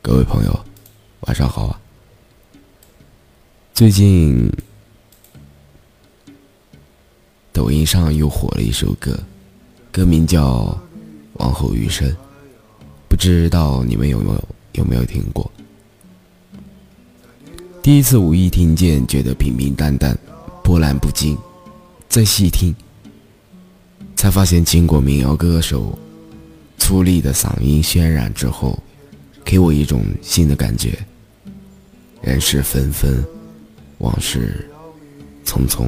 各位朋友，晚上好啊！最近抖音上又火了一首歌，歌名叫《往后余生》，不知道你们有没有听过？第一次无意听见，觉得平平淡淡，波澜不惊。再细听，才发现经过民谣歌手粗粝的嗓音渲染之后，给我一种新的感觉。人事纷纷，往事匆匆。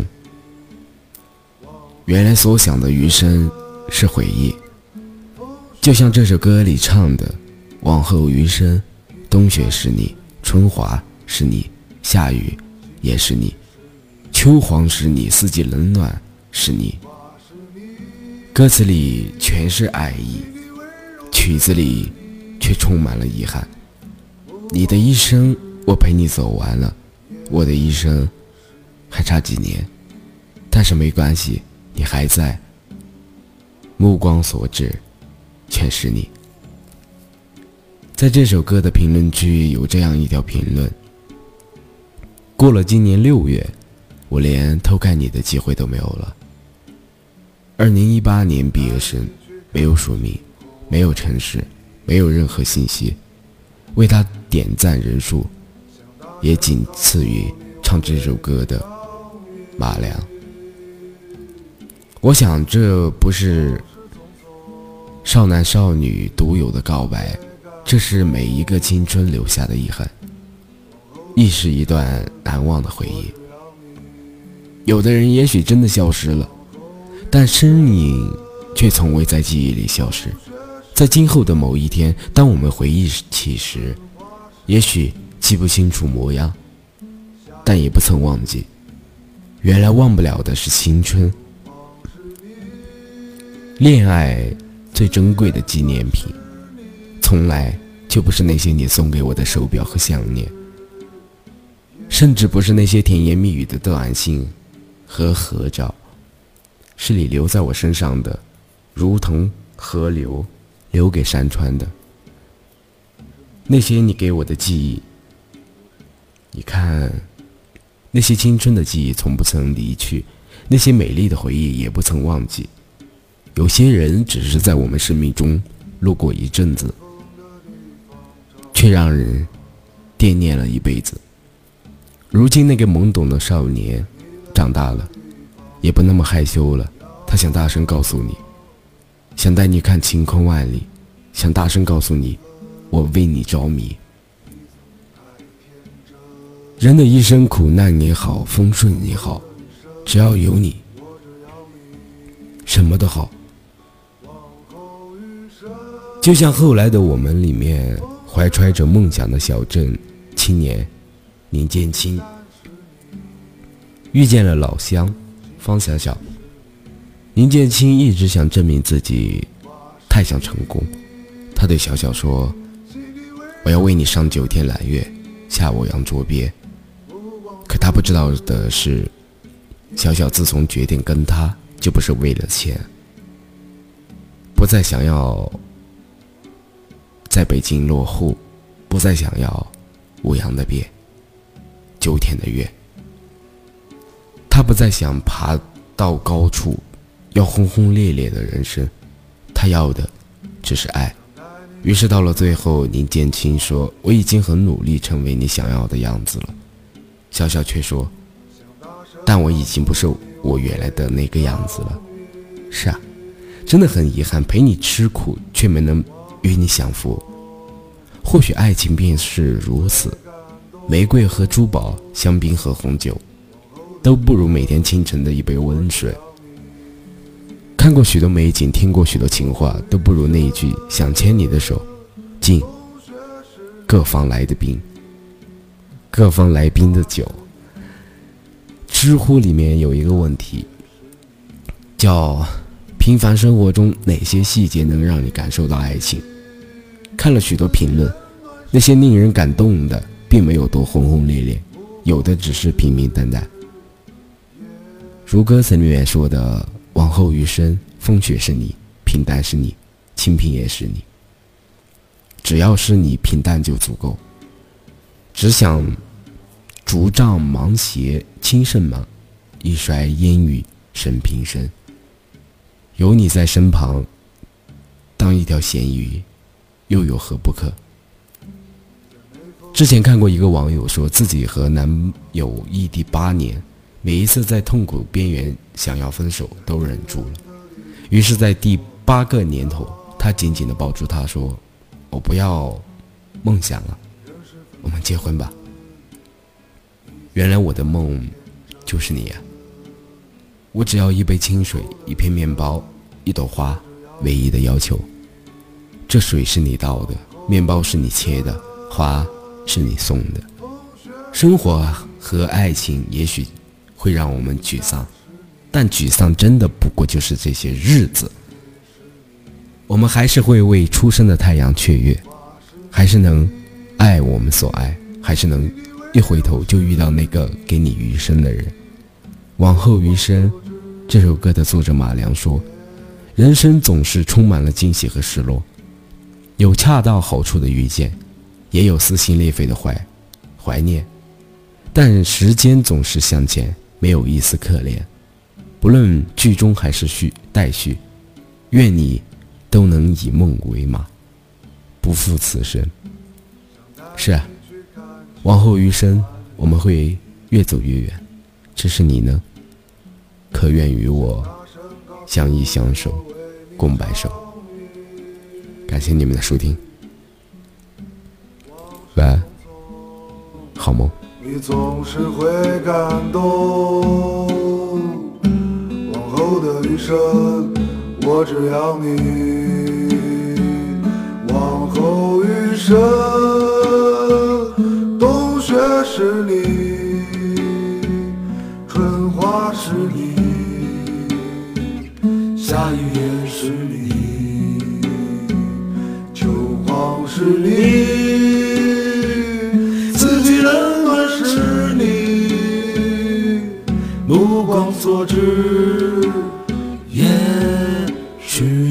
原来所想的余生是回忆，就像这首歌里唱的，往后余生，冬雪是你，春华是你，夏雨也是你，秋黄是你，四季冷暖是你。歌词里全是爱意，曲子里却充满了遗憾。你的一生我陪你走完了，我的一生还差几年，但是没关系，你还在，目光所至全是你。在这首歌的评论区有这样一条评论：过了今年6月，我连偷看你的机会都没有了。2018年毕业生，没有署名，没有城市，没有任何信息，为他点赞人数也仅次于唱这首歌的马良。我想这不是少男少女独有的告白，这是每一个青春留下的遗憾，亦是一段难忘的回忆。有的人也许真的消失了，但身影却从未在记忆里消失。在今后的某一天，当我们回忆起时，也许记不清楚模样，但也不曾忘记，原来忘不了的是青春。恋爱最珍贵的纪念品，从来就不是那些你送给我的手表和项链，甚至不是那些甜言蜜语的短信和合照，是你留在我身上的，如同河流留给山川的那些你给我的记忆。你看，那些青春的记忆从不曾离去，那些美丽的回忆也不曾忘记。有些人只是在我们生命中路过一阵子，却让人惦念了一辈子。如今那个懵懂的少年长大了，也不那么害羞了，他想大声告诉你，想带你看晴空万里，想大声告诉你，我为你着迷。人的一生苦难也好，丰顺也好，只要有你，什么都好。就像后来的我们里面怀揣着梦想的小镇青年林建清，遇见了老乡方小小。林建清一直想证明自己，太想成功。他对小小说，我要为你上9天揽月，下我洋捉鳖。可他不知道的是，小小自从决定跟他，就不是为了钱，不再想要在北京落户，不再想要5洋的鳖，9天的月。他不再想爬到高处，要轰轰烈烈的人生，他要的只是爱。于是到了最后，林建清说，我已经很努力成为你想要的样子了。小小却说，但我已经不是我原来的那个样子了。是啊，真的很遗憾，陪你吃苦却没能与你享福。或许爱情便是如此，玫瑰和珠宝，香槟和红酒，都不如每天清晨的一杯温水。看过许多美景，听过许多情话，都不如那一句想牵你的手，敬各方来的宾，各方来宾的酒。知乎里面有一个问题，叫平凡生活中哪些细节能让你感受到爱情。看了许多评论，那些令人感动的并没有多轰轰烈烈，有的只是平平淡淡。如歌词里面说的，往后余生，风雪是你，平淡是你，清贫也是你。 只要是你平淡就足够。只想竹杖芒鞋轻胜马，一蓑烟雨生平生。有你在身旁，当一条咸鱼，又有何不可？之前看过一个网友说，自己和男友异地8年，每一次在痛苦边缘想要分手都忍住了，于是在第8个年头，他紧紧地抱住他说，我不要梦想了，我们结婚吧。原来我的梦就是你啊，我只要一杯清水，一片面包，一朵花，唯一的要求，这水是你倒的，面包是你切的，花是你送的。生活和爱情也许会让我们沮丧，但沮丧真的不过就是这些日子。我们还是会为初升的太阳雀跃，还是能爱我们所爱，还是能一回头就遇到那个给你余生的人。往后余生这首歌的作者马良说，人生总是充满了惊喜和失落，有恰到好处的遇见，也有撕心裂肺的怀念，但时间总是向前，没有一丝可怜。不论剧中还是待续，愿你都能以梦为马，不负此生。是啊，往后余生我们会越走越远，只是你呢，可愿与我相依相守，共白首。感谢你们的收听，晚安，好梦。 你总是会感动，往后的余生我只要你，往后余生冬雪是你，春花是你，下雨也是你，秋黄是你，四季冷暖是你，目光所至也是